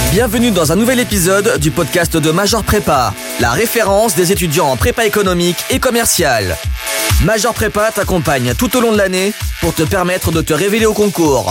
Bienvenue dans un nouvel épisode du podcast de Major Prépa, la référence des étudiants en prépa économique et commerciale. Major Prépa t'accompagne tout au long de l'année pour te permettre de te révéler au concours.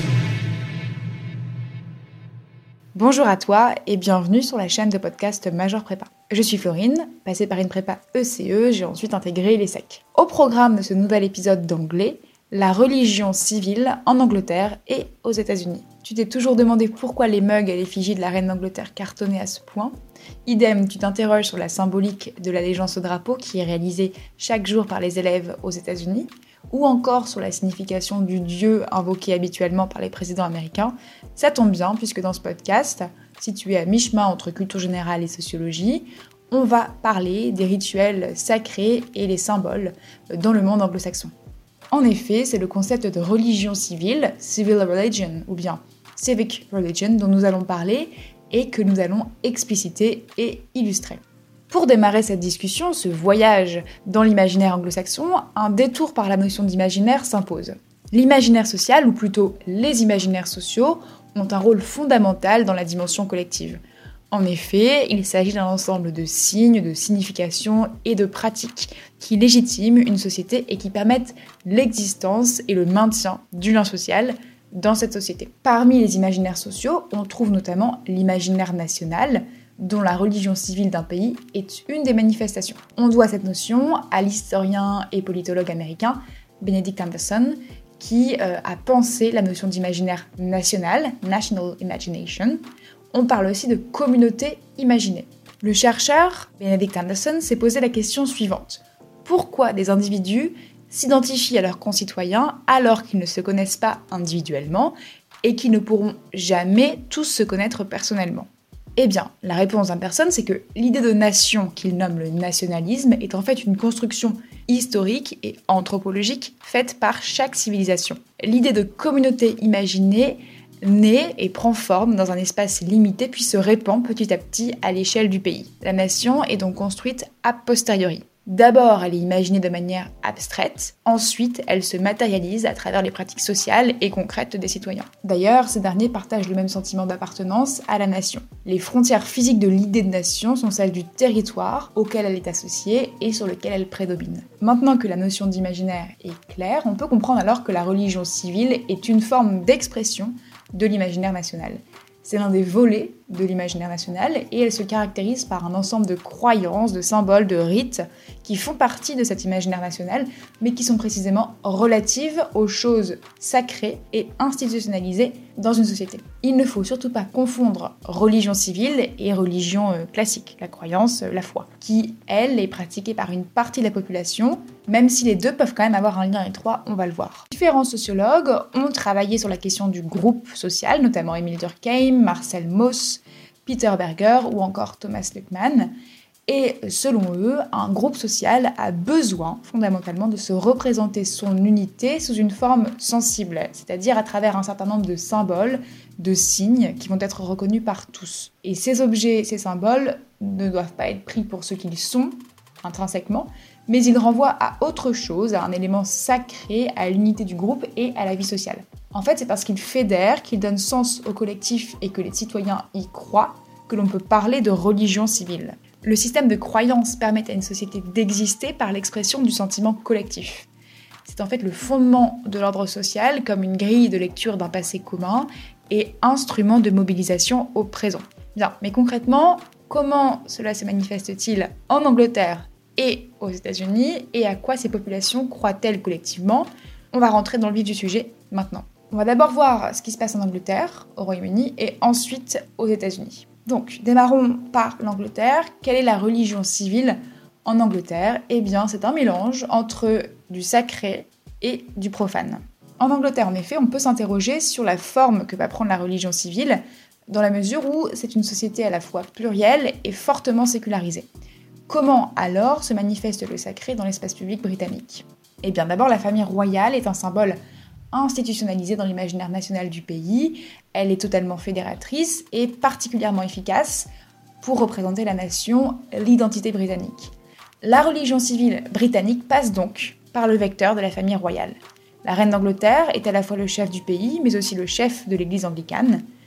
Bonjour à toi et bienvenue sur la chaîne de podcast Major Prépa. Je suis Florine, passée par une prépa ECE, j'ai ensuite intégré l'ESSEC. Au programme de ce nouvel épisode d'anglais, la religion civile en Angleterre et aux États-Unis. Tu t'es toujours demandé pourquoi les mugs et l'effigie de la reine d'Angleterre cartonnaient à ce point. Idem, tu t'interroges sur la symbolique de l'allégeance au drapeau qui est réalisée chaque jour par les élèves aux États-Unis, ou encore sur la signification du dieu invoqué habituellement par les présidents américains. Ça tombe bien puisque dans ce podcast, situé à mi-chemin entre culture générale et sociologie, on va parler des rituels sacrés et les symboles dans le monde anglo-saxon. En effet, c'est le concept de religion civile, civil religion ou bien civic religion dont nous allons parler et que nous allons expliciter et illustrer. Pour démarrer cette discussion, ce voyage dans l'imaginaire anglo-saxon, un détour par la notion d'imaginaire s'impose. L'imaginaire social, ou plutôt les imaginaires sociaux, ont un rôle fondamental dans la dimension collective. En effet, il s'agit d'un ensemble de signes, de significations et de pratiques qui légitiment une société et qui permettent l'existence et le maintien du lien social dans cette société. Parmi les imaginaires sociaux, on trouve notamment l'imaginaire national, dont la religion civile d'un pays est une des manifestations. On doit cette notion à l'historien et politologue américain Benedict Anderson, qui a pensé la notion d'imaginaire national, national imagination. On parle aussi de communauté imaginée. Le chercheur Benedict Anderson s'est posé la question suivante. Pourquoi des individus s'identifient à leurs concitoyens alors qu'ils ne se connaissent pas individuellement et qu'ils ne pourront jamais tous se connaître personnellement ? Eh bien, la réponse d'Anderson, c'est que l'idée de nation qu'il nomme le nationalisme est en fait une construction historique et anthropologique faite par chaque civilisation. L'idée de communauté imaginée naît et prend forme dans un espace limité puis se répand petit à petit à l'échelle du pays. La nation est donc construite a posteriori. D'abord, elle est imaginée de manière abstraite, ensuite, elle se matérialise à travers les pratiques sociales et concrètes des citoyens. D'ailleurs, ces derniers partagent le même sentiment d'appartenance à la nation. Les frontières physiques de l'idée de nation sont celles du territoire auquel elle est associée et sur lequel elle prédomine. Maintenant que la notion d'imaginaire est claire, on peut comprendre alors que la religion civile est une forme d'expression de l'imaginaire national. C'est l'un des volets de l'imaginaire national et elle se caractérise par un ensemble de croyances, de symboles, de rites qui font partie de cet imaginaire national, mais qui sont précisément relatives aux choses sacrées et institutionnalisées dans une société. Il ne faut surtout pas confondre religion civile et religion classique, la croyance, la foi, qui, elle, est pratiquée par une partie de la population, même si les deux peuvent quand même avoir un lien étroit, on va le voir. Différents sociologues ont travaillé sur la question du groupe social, notamment Emile Durkheim, Marcel Mauss, Peter Berger ou encore Thomas Luckmann. Et selon eux, un groupe social a besoin fondamentalement de se représenter son unité sous une forme sensible, c'est-à-dire à travers un certain nombre de symboles, de signes qui vont être reconnus par tous. Et ces objets, ces symboles ne doivent pas être pris pour ce qu'ils sont, intrinsèquement, mais ils renvoient à autre chose, à un élément sacré, à l'unité du groupe et à la vie sociale. En fait, c'est parce qu'ils fédèrent, qu'ils donnent sens au collectif et que les citoyens y croient, que l'on peut parler de religion civile. Le système de croyance permet à une société d'exister par l'expression du sentiment collectif. C'est en fait le fondement de l'ordre social comme une grille de lecture d'un passé commun et instrument de mobilisation au présent. Bien, mais concrètement, comment cela se manifeste-t-il en Angleterre et aux États-Unis et à quoi ces populations croient-elles collectivement ? On va rentrer dans le vif du sujet maintenant. On va d'abord voir ce qui se passe en Angleterre, au Royaume-Uni et ensuite aux États-Unis. Donc, démarrons par l'Angleterre. Quelle est la religion civile en Angleterre ? Eh bien, c'est un mélange entre du sacré et du profane. En Angleterre, en effet, on peut s'interroger sur la forme que va prendre la religion civile, dans la mesure où c'est une société à la fois plurielle et fortement sécularisée. Comment alors se manifeste le sacré dans l'espace public britannique ? Eh bien, d'abord, la famille royale est un symbole institutionnalisée dans l'imaginaire national du pays, elle est totalement fédératrice et particulièrement efficace pour représenter la nation, l'identité britannique. La religion civile britannique passe donc par le vecteur de la famille royale. La reine d'Angleterre est à la fois le chef du pays, mais aussi le chef de l'église anglicane.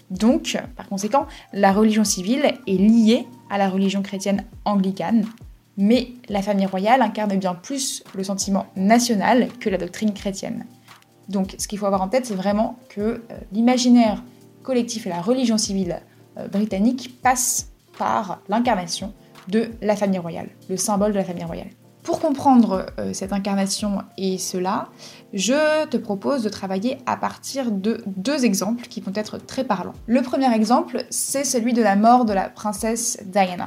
Donc, par conséquent, la religion civile est liée à la religion chrétienne anglicane, mais la famille royale incarne bien plus le sentiment national que la doctrine chrétienne. Donc, ce qu'il faut avoir en tête, c'est vraiment que l'imaginaire collectif et la religion civile britannique passent par l'incarnation de la famille royale, le symbole de la famille royale. Pour comprendre cette incarnation et cela, je te propose de travailler à partir de 2 exemples qui vont être très parlants. Le premier exemple, c'est celui de la mort de la princesse Diana.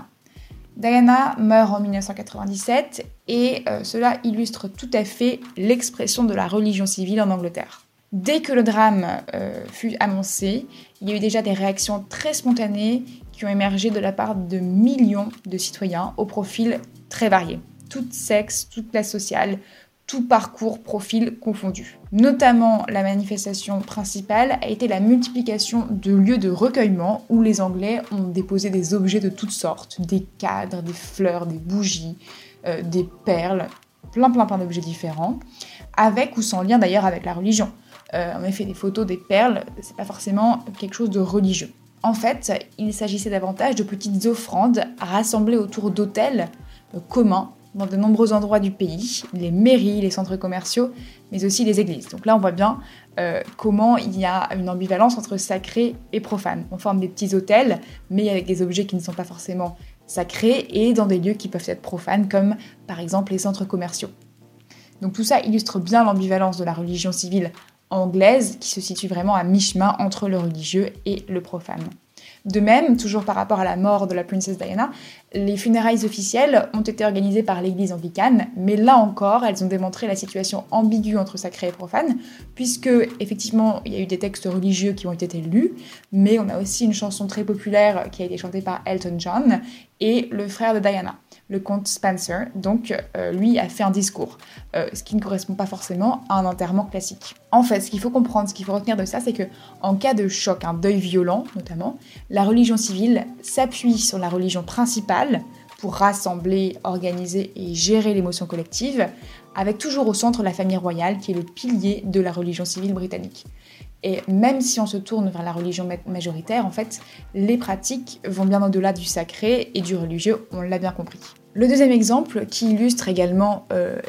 Diana meurt en 1997 et cela illustre tout à fait l'expression de la religion civile en Angleterre. Dès que le drame fut annoncé, il y a eu déjà des réactions très spontanées qui ont émergé de la part de millions de citoyens au profil très varié. Tout sexe, toute classe sociale, tout parcours, profil confondu. Notamment, la manifestation principale a été la multiplication de lieux de recueillement où les Anglais ont déposé des objets de toutes sortes, des cadres, des fleurs, des bougies, des perles, plein d'objets différents, avec ou sans lien d'ailleurs avec la religion. En effet, des photos des perles, c'est pas forcément quelque chose de religieux. En fait, il s'agissait davantage de petites offrandes rassemblées autour d'autels communs dans de nombreux endroits du pays, les mairies, les centres commerciaux, mais aussi les églises. Donc là, on voit bien comment il y a une ambivalence entre sacré et profane. On forme des petits autels, mais avec des objets qui ne sont pas forcément sacrés, et dans des lieux qui peuvent être profanes, comme par exemple les centres commerciaux. Donc tout ça illustre bien l'ambivalence de la religion civile anglaise, qui se situe vraiment à mi-chemin entre le religieux et le profane. De même, toujours par rapport à la mort de la princesse Diana, les funérailles officielles ont été organisées par l'église anglicane, mais là encore, elles ont démontré la situation ambiguë entre sacré et profane, puisque, effectivement, il y a eu des textes religieux qui ont été lus, mais on a aussi une chanson très populaire qui a été chantée par Elton John et le frère de Diana, le comte Spencer, donc lui a fait un discours, ce qui ne correspond pas forcément à un enterrement classique. En fait, ce qu'il faut comprendre, ce qu'il faut retenir de ça, c'est que en cas de choc, un deuil violent notamment, la religion civile s'appuie sur la religion principale pour rassembler, organiser et gérer l'émotion collective, avec toujours au centre la famille royale qui est le pilier de la religion civile britannique. Et même si on se tourne vers la religion majoritaire, en fait, les pratiques vont bien au-delà du sacré et du religieux, on l'a bien compris. Le deuxième exemple, qui illustre également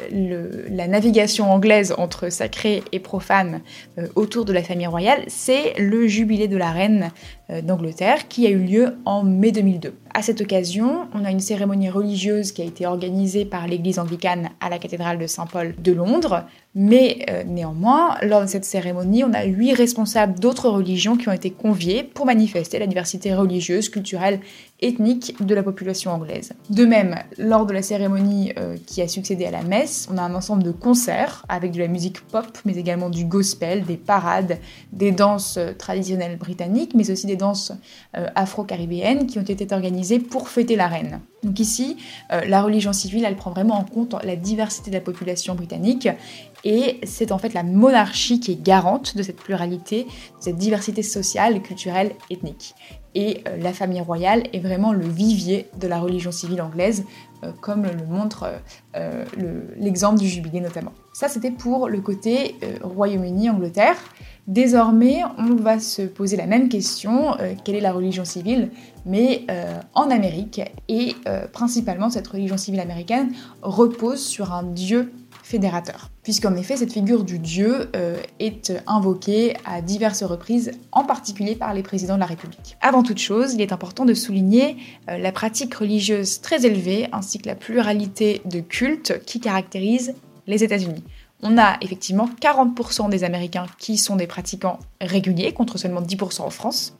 la navigation anglaise entre sacré et profane autour de la famille royale, c'est le jubilé de la reine d'Angleterre qui a eu lieu en mai 2002. À cette occasion, on a une cérémonie religieuse qui a été organisée par l'église anglicane à la cathédrale de Saint-Paul de Londres, mais néanmoins, lors de cette cérémonie, on a 8 responsables d'autres religions qui ont été conviés pour manifester la diversité religieuse, culturelle, ethnique de la population anglaise. De même, lors de la cérémonie qui a succédé à la messe, on a un ensemble de concerts avec de la musique pop, mais également du gospel, des parades, des danses traditionnelles britanniques, mais aussi des danses afro-caribéennes qui ont été organisées pour fêter la reine. Donc ici, la religion civile, elle prend vraiment en compte la diversité de la population britannique, et c'est en fait la monarchie qui est garante de cette pluralité, de cette diversité sociale, culturelle, ethnique. Et la famille royale est vraiment le vivier de la religion civile anglaise, comme le montre l'exemple du jubilé notamment. Ça, c'était pour le côté Royaume-Uni, Angleterre. Désormais, on va se poser la même question, quelle est la religion civile, mais en Amérique, et principalement cette religion civile américaine repose sur un dieu fédérateur. Puisqu'en effet, cette figure du dieu est invoquée à diverses reprises, en particulier par les présidents de la République. Avant toute chose, il est important de souligner la pratique religieuse très élevée, ainsi que la pluralité de cultes qui caractérise les États-Unis. On a effectivement 40% des Américains qui sont des pratiquants réguliers, contre seulement 10% en France,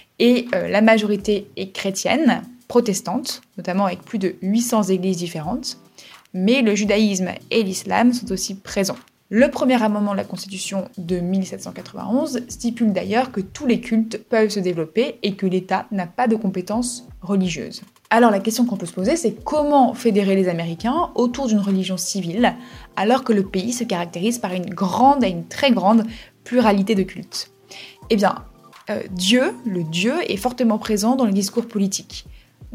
et la majorité est chrétienne, protestante, notamment avec plus de 800 églises différentes, mais le judaïsme et l'islam sont aussi présents. Le premier amendement de la Constitution de 1791 stipule d'ailleurs que tous les cultes peuvent se développer et que l'État n'a pas de compétences religieuses. Alors la question qu'on peut se poser, c'est comment fédérer les Américains autour d'une religion civile alors que le pays se caractérise par une grande et une très grande pluralité de cultes ? Eh bien, Dieu, le Dieu, est fortement présent dans le discours politique.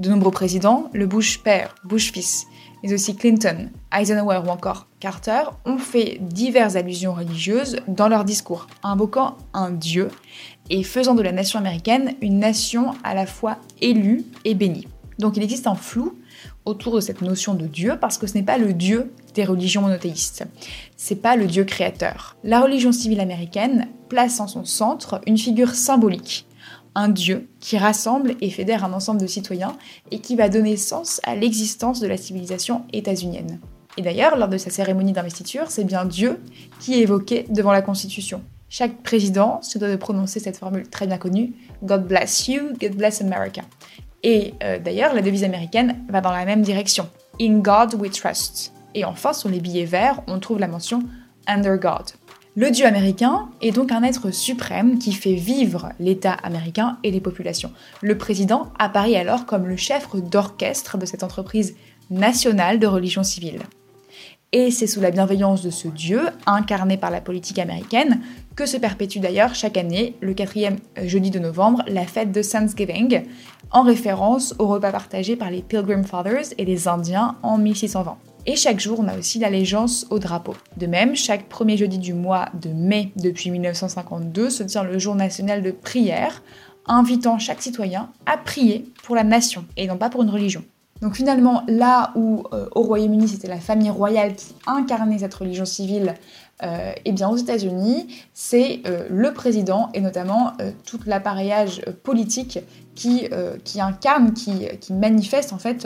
De nombreux présidents, le Bush père, Bush fils, mais aussi Clinton, Eisenhower ou encore Carter, ont fait diverses allusions religieuses dans leurs discours, invoquant un dieu et faisant de la nation américaine une nation à la fois élue et bénie. Donc il existe un flou autour de cette notion de Dieu parce que ce n'est pas le Dieu des religions monothéistes. C'est pas le Dieu créateur. La religion civile américaine place en son centre une figure symbolique, un Dieu qui rassemble et fédère un ensemble de citoyens et qui va donner sens à l'existence de la civilisation états-unienne. Et d'ailleurs, lors de sa cérémonie d'investiture, c'est bien Dieu qui est évoqué devant la Constitution. Chaque président se doit de prononcer cette formule très bien connue « God bless you, God bless America ». Et d'ailleurs, la devise américaine va dans la même direction. « In God we trust ». Et enfin, sur les billets verts, on trouve la mention « Under God ». Le Dieu américain est donc un être suprême qui fait vivre l'État américain et les populations. Le président apparaît alors comme le chef d'orchestre de cette entreprise nationale de religion civile. Et c'est sous la bienveillance de ce Dieu, incarné par la politique américaine, que se perpétue d'ailleurs chaque année, le 4e jeudi de novembre, la fête de Thanksgiving, en référence au repas partagé par les Pilgrim Fathers et les Indiens en 1620. Et chaque jour, on a aussi l'allégeance au drapeau. De même, chaque premier jeudi du mois de mai depuis 1952 se tient le jour national de prière, invitant chaque citoyen à prier pour la nation et non pas pour une religion. Donc finalement, là où au Royaume-Uni, c'était la famille royale qui incarnait cette religion civile, et bien aux États-Unis, c'est le président et notamment tout l'appareillage politique qui incarne, qui manifeste en fait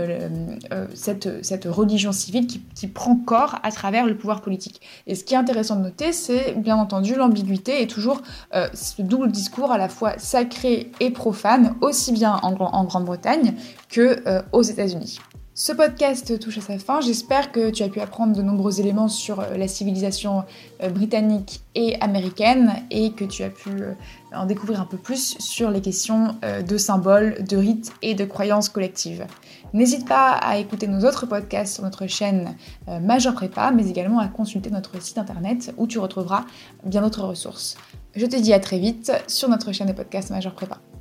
cette religion civile qui prend corps à travers le pouvoir politique. Et ce qui est intéressant de noter, c'est bien entendu l'ambiguïté et toujours ce double discours à la fois sacré et profane, aussi bien en Grande-Bretagne que aux États-Unis. Ce podcast touche à sa fin, j'espère que tu as pu apprendre de nombreux éléments sur la civilisation britannique et américaine et que tu as pu en découvrir un peu plus sur les questions de symboles, de rites et de croyances collectives. N'hésite pas à écouter nos autres podcasts sur notre chaîne Major Prépa, mais également à consulter notre site internet où tu retrouveras bien d'autres ressources. Je te dis à très vite sur notre chaîne de podcast Major Prépa.